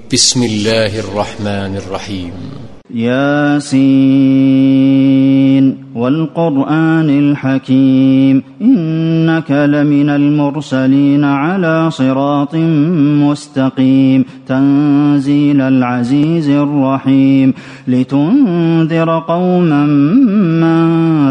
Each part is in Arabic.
بسم الله الرحمن الرحيم. ياسين والقرآن الحكيم إنك لمن المرسلين على صراط مستقيم تنزيل العزيز الرحيم لتنذر قوما ما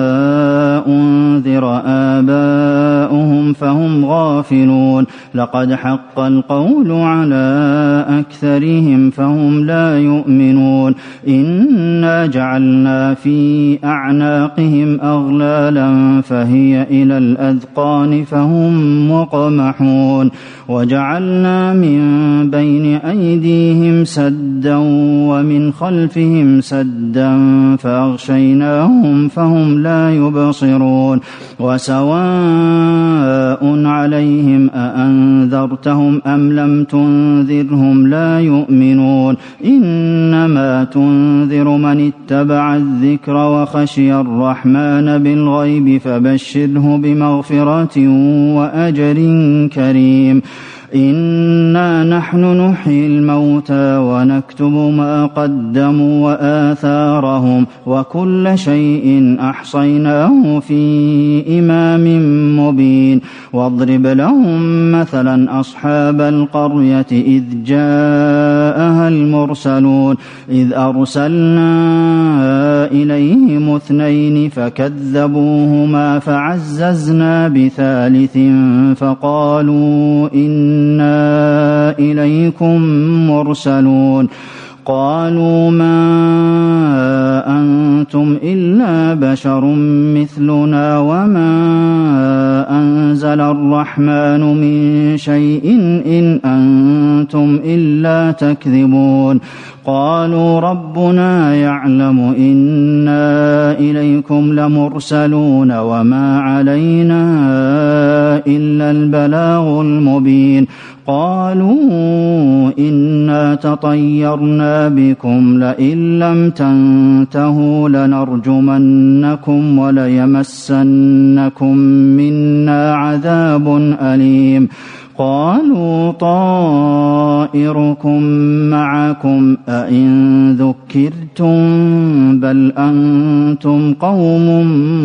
أنذر آباؤهم فهم غافلون لقد حق القول على أكثرهم فهم لا يؤمنون إنا جعلنا في أعناقهم أغلالا فهي إلى الأذقان فهم مقمحون وجعلنا من بين أيديهم سدا ومن خلفهم سدا فأغشيناهم فهم لا يبصرون وسواء عليهم أأنذرتهم أم لم تنذرهم لا يؤمنون إنما تنذر من اتبع الذكر وخشي الرحمن بالغيب فبشره بمغفرة وأجر كريم إنا نحن نحيي الموتى ونكتب ما قدموا وآثارهم وكل شيء أحصيناه في إمام مبين واضرب لهم مثلا أصحاب القرية إذ جاءها المرسلون إذ أرسلنا إليهم 2 فكذبوهما فعززنا بثالث فقالوا إنا إليكم مرسلون قالوا ما أنتم إلا بشر مثلنا وما أنزل الرحمن من شيء إن أنتم إلا تكذبون قالوا ربنا يعلم إنا إليكم لمرسلون وما علينا إلا البلاغ المبين قالوا إنا تطيرنا بكم لئن لم تنتهوا لنرجمنكم وليمسنكم منا عذاب أليم قالوا طائركم معكم أئن ذكرتم بل أنتم قوم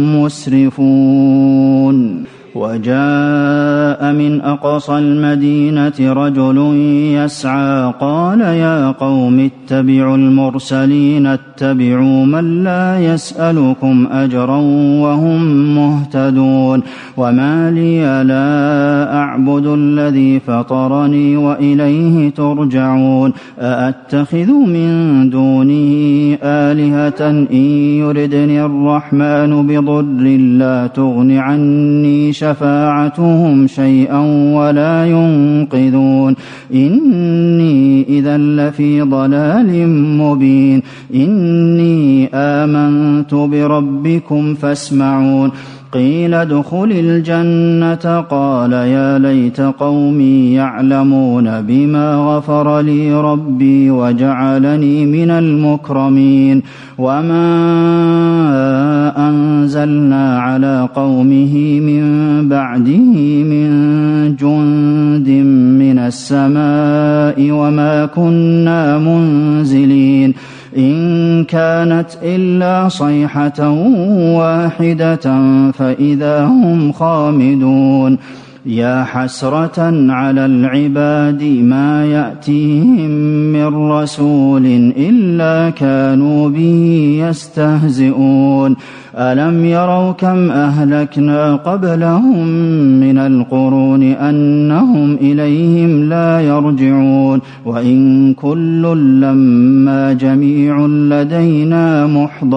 مسرفون وجاء من أقصى المدينة رجل يسعى قال يا قوم اتبعوا المرسلين اتبعوا من لا يسألكم أجرا وهم مهتدون وما لي لا أعبد الذي فطرني وإليه ترجعون أأتخذ من دونه آلهة إن يردني الرحمن بضر لا تغن عني شفاعتهم شيئا ولا ينقذون إني إذا لفي ضلال مبين إني آمنت بربكم فاسمعون قيل ادخل الجنة قال يا ليت قومي يعلمون بما غفر لي ربي وجعلني من المكرمين وما أنزلنا على قومه من بعده من جند من السماء وما كنا منزلين إن كانت إلا صيحة واحدة فإذا هم خامدون يا حسرة على العباد ما يأتيهم من رسول إلا كانوا به يستهزئون ألم يروا كم أهلكنا قبلهم من القرون أنهم إليهم لا يرجعون وإن كل لما جميع لدينا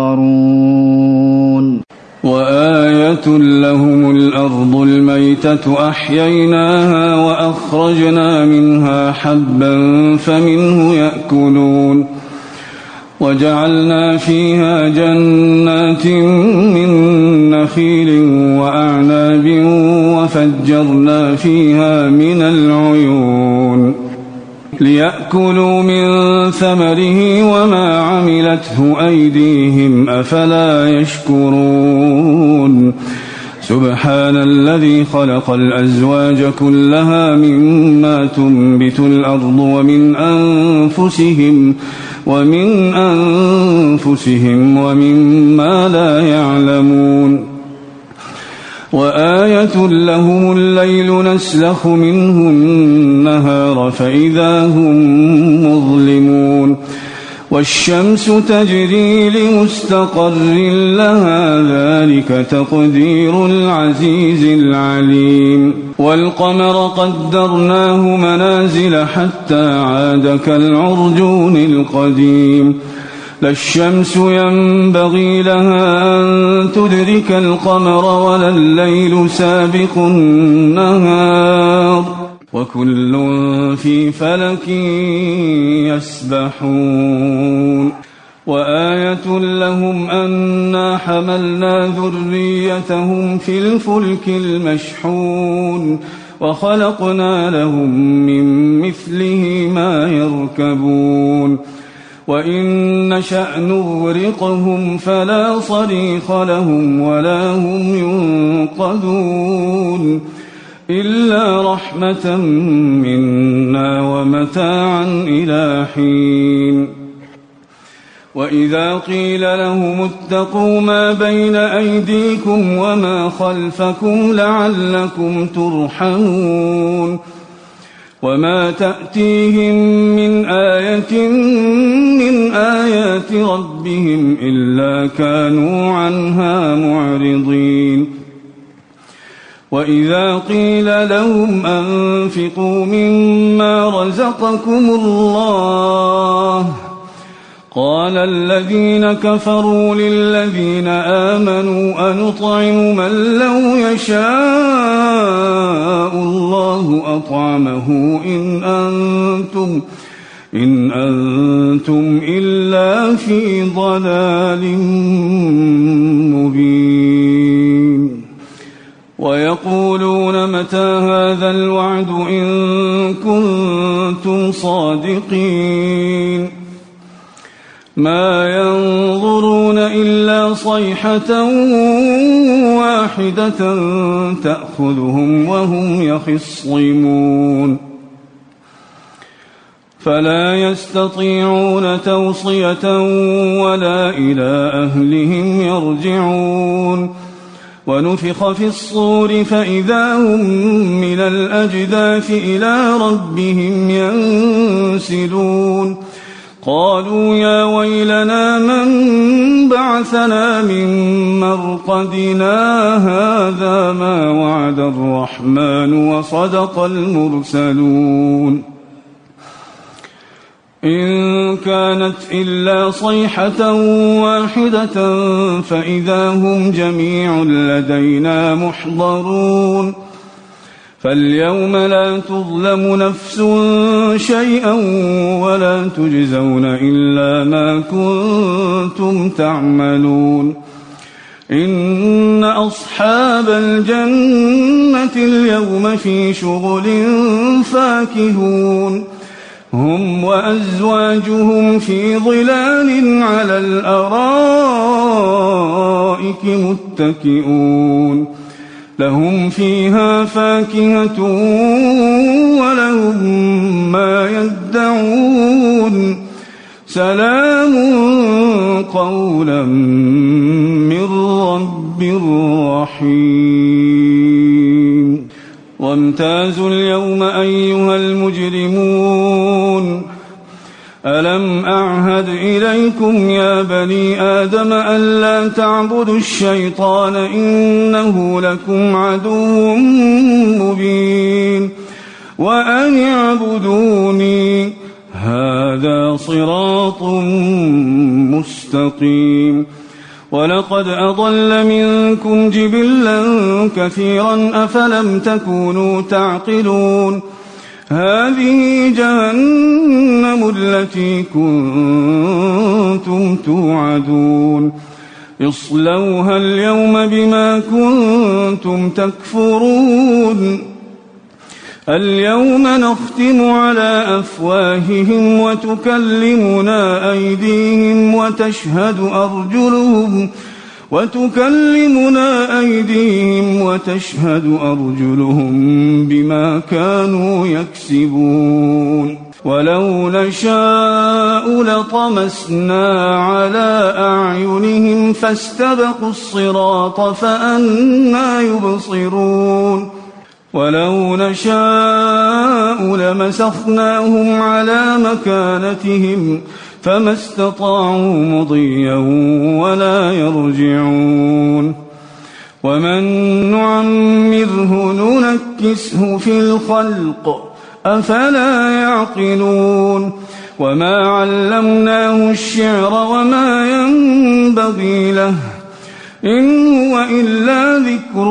محضرون وآية لهم الأرض الميتة أحييناها وأخرجنا منها حبا فمنه يأكلون وجعلنا فيها جنات من نخيل وأعناب وفجرنا فيها من العيون ليأكلوا من ثمره وما عملته أيديهم أفلا يشكرون سبحان الذي خلق الأزواج كلها مما تنبت الأرض ومن أنفسهم ومما لا يعلمون وآية لهم الليل نسلخ منه النهار فإذا هم مظلمون والشمس تجري لمستقر لها ذلك تقدير العزيز العليم والقمر قدرناه منازل حتى عاد كالعرجون القديم لا الشمس ينبغي لها أن تدرك القمر ولا الليل سابق النهار وكل في فلك يسبحون وآية لهم أنا حملنا ذريتهم في الفلك المشحون وخلقنا لهم من مثله ما يركبون وإن نشأ نغرقهم فلا صريخ لهم ولا هم ينقذون إلا رحمة منا ومتاعا إلى حين وإذا قيل لهم اتقوا ما بين أيديكم وما خلفكم لعلكم ترحمون وما تأتيهم من آية من آيات ربهم إلا كانوا عنها معرضين وإذا قيل لهم أنفقوا مما رزقكم الله قال الذين كفروا للذين آمنوا أنطعم من لو يشاء الله أطعمه إن أنتم إلا في ضلال مبين ويقولون متى هذا الوعد إن كنتم صادقين ما ينظرون إلا صيحة واحدة تأخذهم وهم يخصمون فلا يستطيعون توصية ولا إلى أهلهم يرجعون ونفخ في الصور فإذا هم من الأجداث إلى ربهم ينسلون قالوا يا ويلنا من بعثنا من مرقدنا هذا ما وعد الرحمن وصدق المرسلون إن كانت إلا صيحة واحدة فإذا هم جميع لدينا محضرون فاليوم لا تظلم نفس شيئا ولا تجزون إلا ما كنتم تعملون إن أصحاب الجنة اليوم في شغل فاكهون هم وأزواجهم في ظلال على الأرائك متكئون لهم فيها فاكهة ولهم ما يدعون سلام قولا من رب رحيم وامتازوا اليوم أيها المجرمون ألم أعهد إليكم يا بني آدم ألا تعبدوا الشيطان إنه لكم عدو مبين وأن اعبدوني هذا صراط مستقيم ولقد أضل منكم جبلا كثيرا أفلم تكونوا تعقلون هذه جهنم التي كنتم توعدون اصلوها اليوم بما كنتم تكفرون اليوم نختم على أفواههم وتكلمنا أيديهم وتكلمنا أيديهم وتشهد أرجلهم بما كانوا يكسبون ولو نشاء لطمسنا على أعينهم فاستبقوا الصراط فأنى يبصرون ولو نشاء لمسخناهم على مكانتهم فما استطاعوا مضيا ولا يرجعون ومن نعمره ننكسه في الخلق أفلا يعقلون وما علمناه الشعر وما ينبغي له إن هو إلا ذكر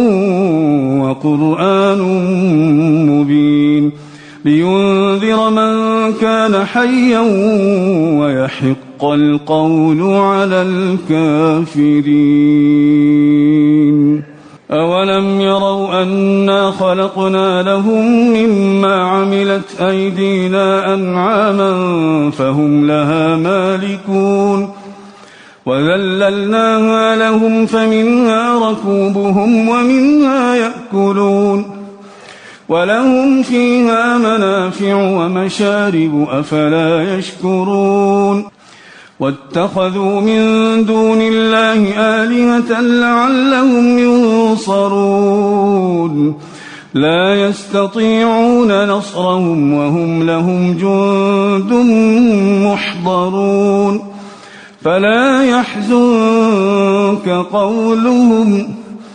وقرآن مبين لينذر من كان حيا ويحق القول على الكافرين أولم يروا أنا خلقنا لهم مما عملت أيدينا أنعاما فهم لها مالكون وذللناها لهم فمنها ركوبهم ومنها يأكلون ولهم فيها منافع ومشارب أفلا يشكرون واتخذوا من دون الله آلهة لعلهم ينصرون لا يستطيعون نصرهم وهم لهم جند محضرون فلا يحزنك قولهم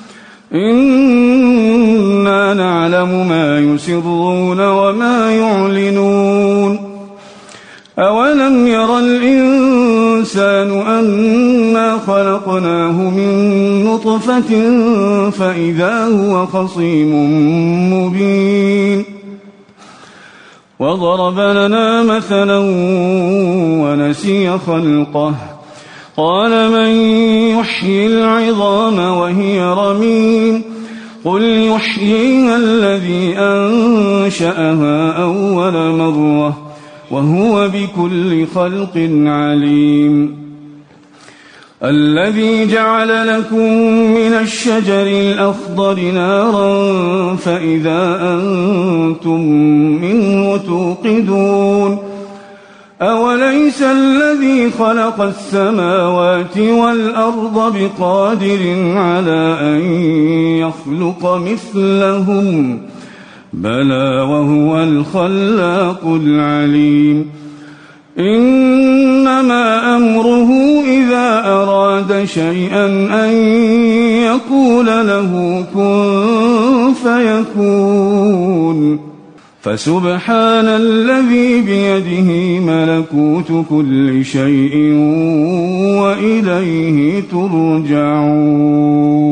إنا نعلم ما يسرون وما يعلنون أولم ير الإنسان أنا خلقناه من نطفة فإذا هو خصيم مبين وضرب لنا مثلا ونسي خلقه قال من يحيي العظام وهي رميم قل يحييها الذي أنشأها أول مرة وهو بكل خلق عليم الذي جعل لكم من الشجر الأخضر نارا فإذا أنتم منه توقدون أوليس الذي خلق السماوات والأرض بقادر على أن يخلق مثلهم بلى وهو الخلاق العليم إنما أمره إذا أراد شيئا أن يقول له كن فيكون فسبحان الذي بيده ملكوت كل شيء وإليه ترجعون